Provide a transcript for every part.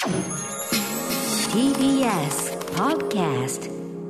TBS Podcast。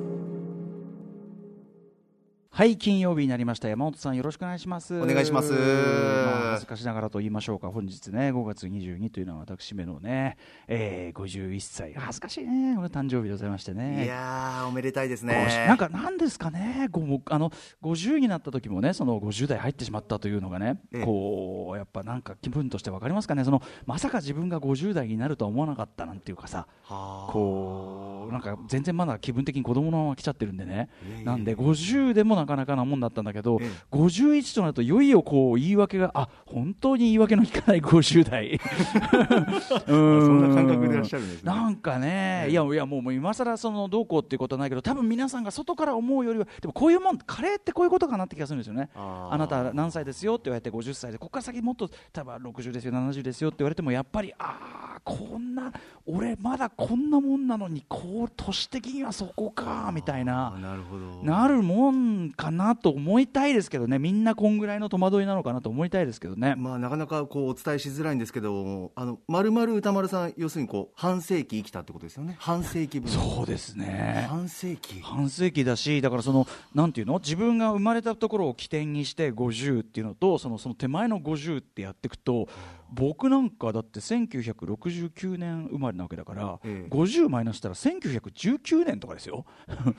はい、金曜日になりました。山本さん、よろしくお願いします。 お願いします。 恥ずかしながらと言いましょうか、本日ね、5月22というのは私めのね、51歳、恥ずかしいね、俺誕生日でございましてね。 いやー、おめでたいですね。 なんですかね、50になった時もね、その50代入ってしまったというのがね、こうやっぱなんか気分として分かりますかね。まさか自分が50代になるとは思わなかったなんていうかさ、こうなんか全然まだ気分的に子供のまま来ちゃってるんでね。なんで50でもなかなかなもんだったんだけど、51となるといよいよこう言い訳が、本当に言い訳の効かない50代そんな感覚でいらっしゃるんですね。 なんかね、いやもう今更どうこうっていうことはないけど、多分皆さんが外から思うよりは、でもこういうもん、カレーってこういうことかなって気がするんですよね。あなた何歳ですよって言われて50歳で、ここから先もっと多分60ですよ70ですよって言われても、やっぱりこんな俺まだこんなもんなのに、こう年的にはそこかみたいな、なるもんかなと思いたいですけどね。みんなこんぐらいの戸惑いなのかなと思いたいですけどね。 なかなかこうお伝えしづらいんですけど、丸々歌丸さん、要するにこう半世紀生きたってことですよね。半世紀分。 そうですね、 半世紀だし、だからなんていうの、自分が生まれたところを起点にして50っていうのと、その手前の50ってやっていくと、僕なんかだって1969年生まれなわけだから、50マイナスしたら1919年とかですよ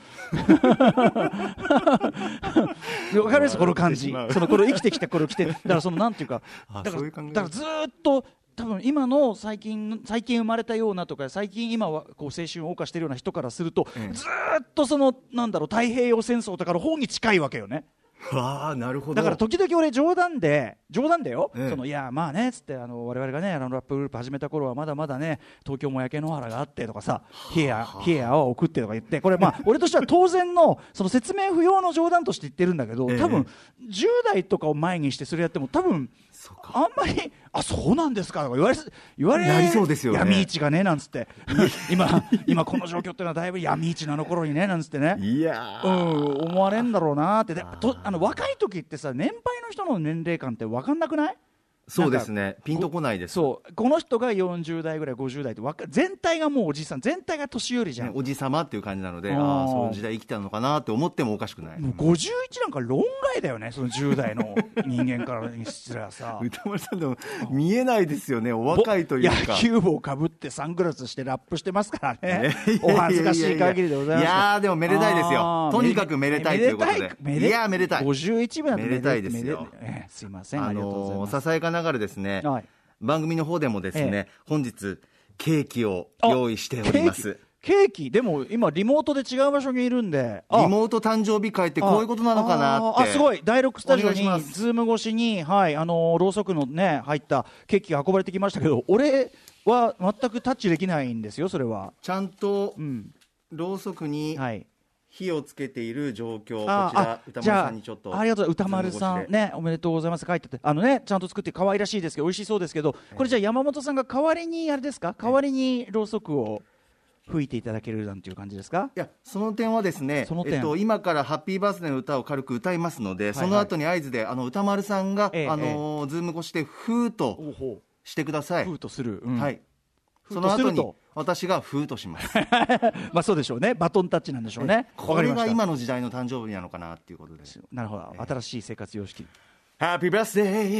わかります、この感じ。これ生きてきた頃来て、だからなんていうか、だからずっと多分今の最近生まれたようなとか、最近今はこう青春を謳歌しているような人からすると、ずっと太平洋戦争とかの方に近いわけよね。 なるほど。 だから時々俺冗談でよ、いやまあねつって、我々がねラップグループ始めた頃はまだまだね、東京も焼け野原があってとかさ、冷え泡を送ってとか言って、これ俺としては当然の説明不要の冗談として言ってるんだけど、多分10代とかを前にしてそれやっても多分あんまりそうなんですかとか言われなりそうですよね。 闇市がねなんつって今この状況っていうのはだいぶ闇市の頃にねなんつってね、思われんだろうなって。若い時ってさ、年配の人の年齢感って分かんなくない？ そうですね、ピンとこないです。 この人が40代ぐらい50代って全体がもうおじさん、全体が年寄りじゃん、 おじさまっていう感じなので、そういう時代生きたのかなって思ってもおかしくない。 もう51なんか論外だよね、その10代の人間からにしたらさ歌丸さんでも見えないですよね、お若いというか。 野球帽かぶってサングラスしてラップしてますからね。お恥ずかしい限りでございます。 いやでもめでたいですよ。とにかくめでたいということで、めでたい 51分だとめでたいですよ。 すいません、ありがとうございます。 ささやかながらですね、番組の方でもですね、本日ケーキを用意しております。 ケーキでも今リモートで違う場所にいるんで、 リモート誕生日会ってこういうことなのかなって。 すごい、第6スタジオにズーム越しに、ろうそくのね入ったケーキが運ばれてきましたけど、俺は全くタッチできないんですよ。それはちゃんとろうそくに火をつけている状況、こちら歌丸さんにちょっと。 ありがとうございます。歌丸さんね、おめでとうございます。書いててちゃんと作って可愛らしいですけど美味しそうですけど、これじゃあ山本さんが代わりにあれですか、代わりにろうそくを吹いていただけるなんていう感じですか？ いや、その点はですね、今からハッピーバースデーの歌を軽く歌いますので、その後に合図で歌丸さんがズーム越してフーとしてください。 フーとする、 はい。その後に私がフーとしますそうでしょうね、バトンタッチなんでしょうね。 これが今の時代の誕生日なのかなっていうことです。 なるほど、新しい生活様式。 Happy birthday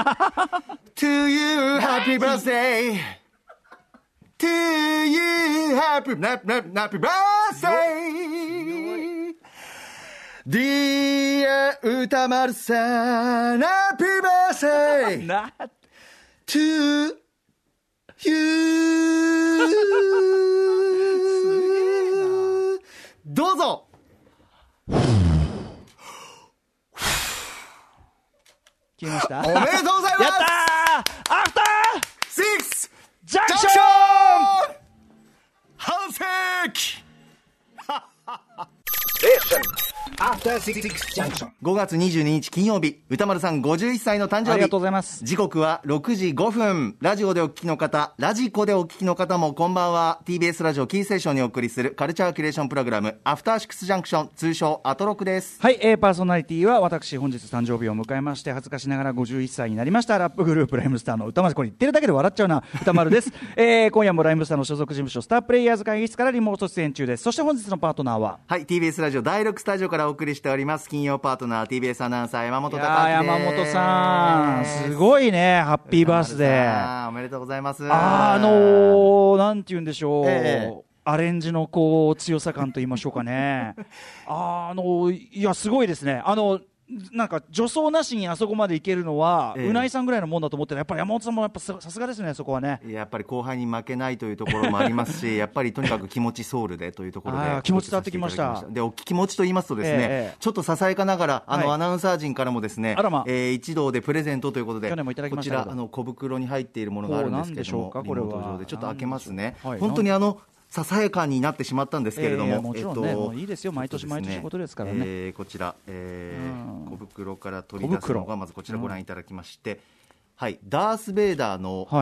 to you, happy birthday to you, happy birthday Dear 歌丸さん、happy birthday toどうぞ。 決めました。 おめでとうございます。 やったー。アフターシックスジャンクション半世紀 After 66 junction。5月22日金曜日、歌丸さん51歳の誕生日。 ありがとうございます。 時刻は6時5分。ラジオでお聞きの方、ラジコでお聞きの方もこんばんは。 TBS ラジオキーステーションにお送りするカルチャーキュレーションプログラム、アフターシックスジャンクション、通称アトロクです。 はい、パーソナリティは私、本日誕生日を迎えまして恥ずかしながら51歳になりましたラップグループライムスターの歌丸、これ言ってるだけで笑っちゃうな、歌丸です。今夜もライムスターの所属事務所スタープレイヤーズ会議室からリモート出演中です。そして本日のパートナーは、 はい、 TBS ラジオ第6スタジオからお送りしております金曜パートナー TBS アナウンサー山本貴明です。 山本さんすごいね、ハッピーバースデーおめでとうございます。 なんて言うんでしょう、アレンジのこう強さ感と言いましょうかね。いやすごいですね。なんか助走なしにあそこまでいけるのは、うないさんぐらいのもんだと思ってる。やっぱり山本さんもやっぱさすがですね、そこはね。 やっぱり後輩に負けないというところもありますしやっぱりとにかく気持ちソウルでというところで気持ち伝わってきました。 で、お気持ちと言いますとですね、ちょっとささやかながらアナウンサー陣からもですね、一同でプレゼントということで、 去年もいただきましたけど、 こちら小袋に入っているものがあるんですけども、 これはリモート上でちょっと開けますね。 はい、 本当にささやかになってしまったんですけれども、 もちろんね、もういいですよ、毎年毎年ことですからね。 こちら、小袋から取り出すのがまずこちらご覧いただきまして、はい、ダース・ベイダーの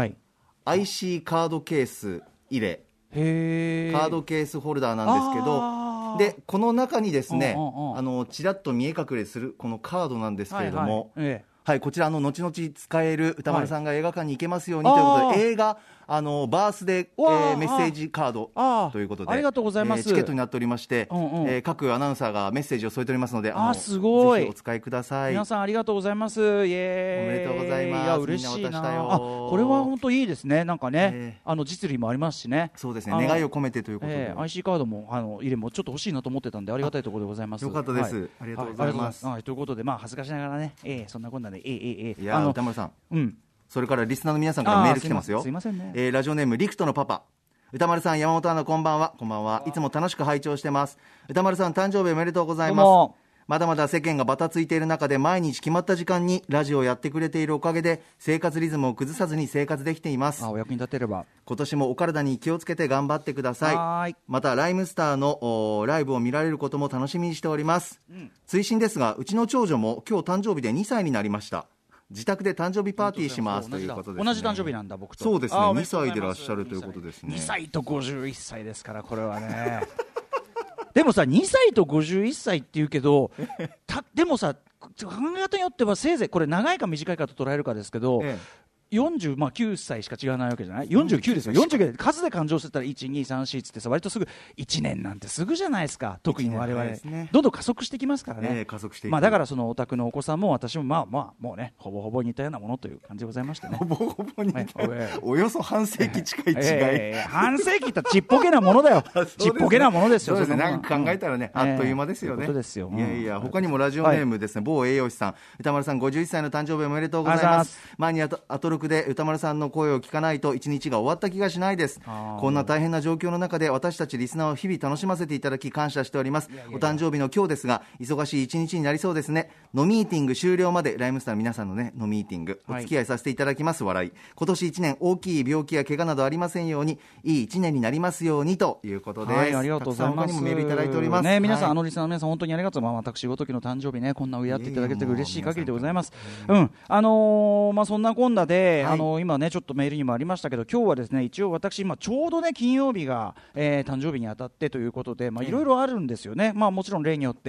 IC カードケース入れ、カードケースホルダーなんですけど、でこの中にですね、ちらっと見え隠れするこのカードなんですけれども、はい、こちら後々使える、歌丸さんが映画館に行けますようにということで、映画バースデー、メッセージカードということで、 ありがとうございます。 チケットになっておりまして、各アナウンサーがメッセージを添えておりますので、 すごい、 ぜひお使いください。 皆さんありがとうございます。イエーイ、 おめでとうございます。 いや嬉しいな。これは本当いいですね。なんかね、実利もありますしね。 そうですね、願いを込めてということで、 IC カードも入れもちょっと欲しいなと思ってたんで、ありがたいところでございます。 よかったです、ありがとうございます。 ということで、恥ずかしながらね、そんなこんなで、 いや歌丸さん、それからリスナーの皆さんからメール来てますよ。 すいませんね。 ラジオネームリクトのパパ、歌丸さん、山本アナ、こんばんは。こんばんは。いつも楽しく拝聴してます。歌丸さん、誕生日おめでとうございます。まだまだ世間がバタついている中で、毎日決まった時間にラジオをやってくれているおかげで、生活リズムを崩さずに生活できています。 お役に立てれば。 今年もお体に気をつけて頑張ってください。またライムスターのライブを見られることも楽しみにしております。追伸ですが、うちの長女も今日誕生日で2歳になりました。自宅で誕生日パーティーしますということですね。 同じ誕生日なんだ、僕と。 そうですね、2歳でいらっしゃるということですね。 2歳と51歳ですから、これはね。でもさ、2歳と51歳っていうけど、でもさ、考え方によってはせいぜいこれ長いか短いかと捉えるかですけど、49歳しか違わないわけじゃない。49ですよ。49で数で勘定してたら1、2、3、4つってさ、割とすぐ1年なんてすぐじゃないですか。特に我々、どんどん加速してきますからね。 加速していく。 だからそのお宅のお子さんも私ももうね、ほぼほぼ似たようなものという感じでございましてね。 ほぼほぼ似た、およそ半世紀近い違い。 半世紀ってちっぽけなものだよ。ちっぽけなものですよ。 そうですね。なんか考えたらね、あっという間ですよね。いやいや、他にもラジオネームですね、某栄養士さん、歌丸さん51歳の誕生日おめでとうございます。前にアトロクで歌丸さんの声を聞かないと一日が終わった気がしないです。こんな大変な状況の中で私たちリスナーを日々楽しませていただき感謝しております。お誕生日の今日ですが、忙しい一日になりそうですね。ノミーティング終了までライムスターの皆さんのね、ノミーティングお付き合いさせていただきます。笑い。今年1年大きい病気や怪我などありませんように、いい1年になりますようにということです。 ありがとうございます。 たくさん他にもメールいただいております。 皆さん、リスナーの皆さん本当にありがとう。私ごときの誕生日ね、こんなやっていただけて嬉しい限りでございます。そんなこんなで、今ねちょっとメールにもありましたけど、今日はですね、一応私今ちょうどね金曜日が、誕生日にあたってということで、いろいろあるんですよね。もちろん例によって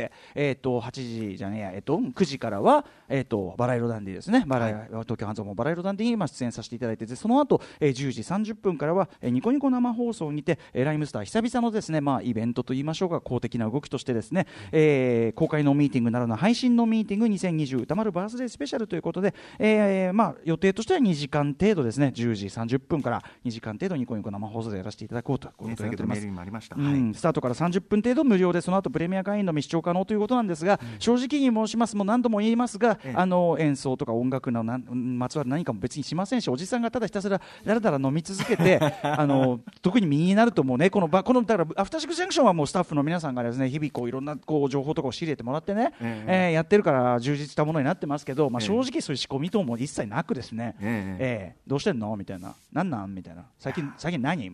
、8時じゃねえや、9時からは、バラ色ダンディですね、東京半蔵門バラ色ダンディに出演させていただいて、その後、10時30分からは、ニコニコ生放送にて、ライムスター久々のですね、イベントといいましょうか、公的な動きとしてですね、公開のミーティングならぬ配信のミーティング2020歌丸バースデースペシャルということで、予定としては2時間程度ですね、10時30分から2時間程度ニコニコ生放送でやらせていただこうということになっております。スタートから30分程度無料で、その後プレミア会員のみ視聴可能ということなんですが、正直に申します、もう何度も言いますが、演奏とか音楽のまつわる何かも別にしませんし、おじさんがただひたすらだらだら飲み続けて特に右になるともうね、このだからアフターシックスジャンクションはもうスタッフの皆さんがですね、日々いろんな情報とかを仕入れてもらってね、やってるから充実したものになってますけど、正直そういう仕込み等も一切なくですね、どうしてんのみたいな、なんみたいな、最近何みたいな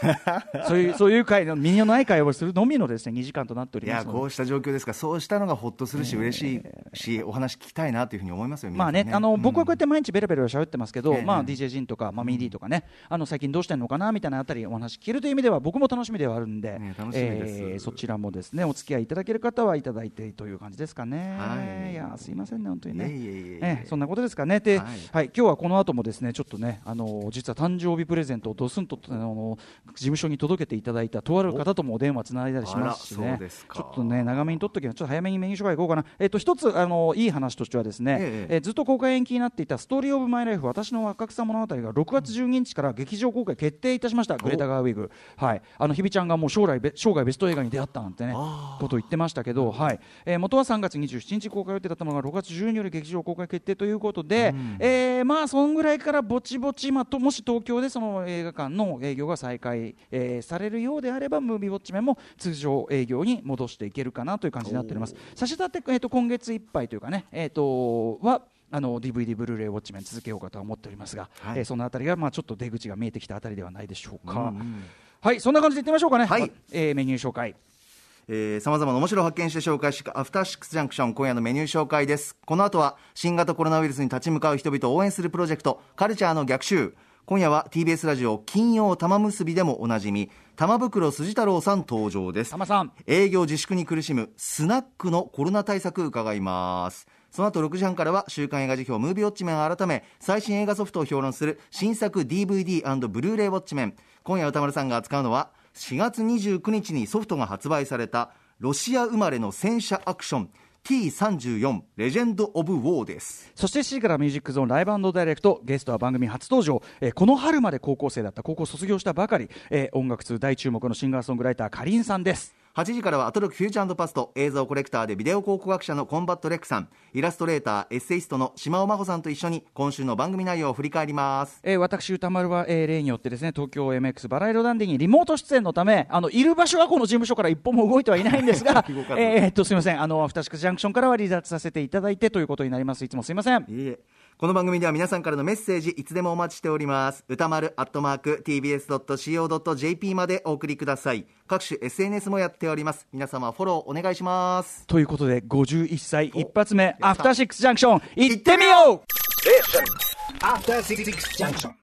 そういう会の身のない会をするのみのですね2時間となっておりますので、 こうした状況ですから、そうしたのがほっとするし嬉しいし、お話聞きたいなというふうに思いますよ。 まあね、僕はこうやって毎日ベラベラ喋ってますけど、DJ ジンとか、ミーディーとかね、最近どうしてんのかなみたいなあたりお話聞けるという意味では僕も楽しみではあるんで、 楽しみです。 そちらもですねお付き合いいただける方はいただいてという感じですかね。いやすいませんね本当にね。そんなことですかね。で、今日はこの後もですねちょっとね実は誕生日プレゼントをドスンと事務所に届けていただいたとある方ともお電話つないだりしますしね。ちょっとね長めに取っときはちょっと早めにメニュー紹介いこうかな。一ついい話としてはですね、ずっと公開延期になっていたストーリーオブマイライフ私の若草物語が6月12日から劇場公開決定いたしました。グレタ・ガーウィグ、日比ちゃんがもう生涯ベスト映画に出会ったなんてねことを言ってましたけど、元は3月27日公開予定だったのが6月12日より劇場公開決定ということで、まあそんぐらいからぼちぼち、もし東京でその映画館の営業が再開、されるようであればムービーウォッチメンも通常営業に戻していけるかなという感じになっております。差し立て、今月いっぱいというかね、はDVD ブルーレイウォッチメン続けようかとは思っておりますが、そのあたりがちょっと出口が見えてきたあたりではないでしょうか。そんな感じでいってみましょうかね。メニュー紹介、 さまざまな面白を発見して紹介しアフターシックスジャンクション、今夜のメニュー紹介です。この後は新型コロナウイルスに立ち向かう人々を応援するプロジェクトカルチャーの逆襲。今夜は TBS ラジオ金曜玉結びでもおなじみ玉袋筋太郎さん登場です。 玉さん、 営業自粛に苦しむスナックのコロナ対策伺います。その後6時半からは週刊映画辞表ムービーウォッチメン改め最新映画ソフトを評論する新作 DVD& ブルーレイウォッチメン。今夜歌丸さんが扱うのは4月29日にソフトが発売されたロシア生まれの戦車アクション T34 レジェンドオブウォーです。 そして7時からミュージックゾーンライブ&ダイレクト、ゲストは番組初登場、この春まで高校生だった高校卒業したばかり、音楽通大注目のシンガーソングライターかりんさんです。 8時からはアトロクフューチャー&パスト、映像コレクターでビデオ考古学者のコンバットレックさん、イラストレーターエッセイストの島尾真帆さんと一緒に今週の番組内容を振り返ります。 私歌丸は、例によってですね東京 MX バラ色ダンディにリモート出演のためいる場所はこの事務所から一歩も動いてはいないんですがすみませんアフターシックスジャンクションからは離脱させていただいてということになります。いつもすいません。 いいえ、この番組では皆さんからのメッセージいつでもお待ちしております。歌丸@tbs.co.jp までお送りください。各種 SNS もやっております。皆様フォローお願いします。 ということで51歳一発目アフターシックスジャンクション行ってみよう。 アフターシックスジャンクション。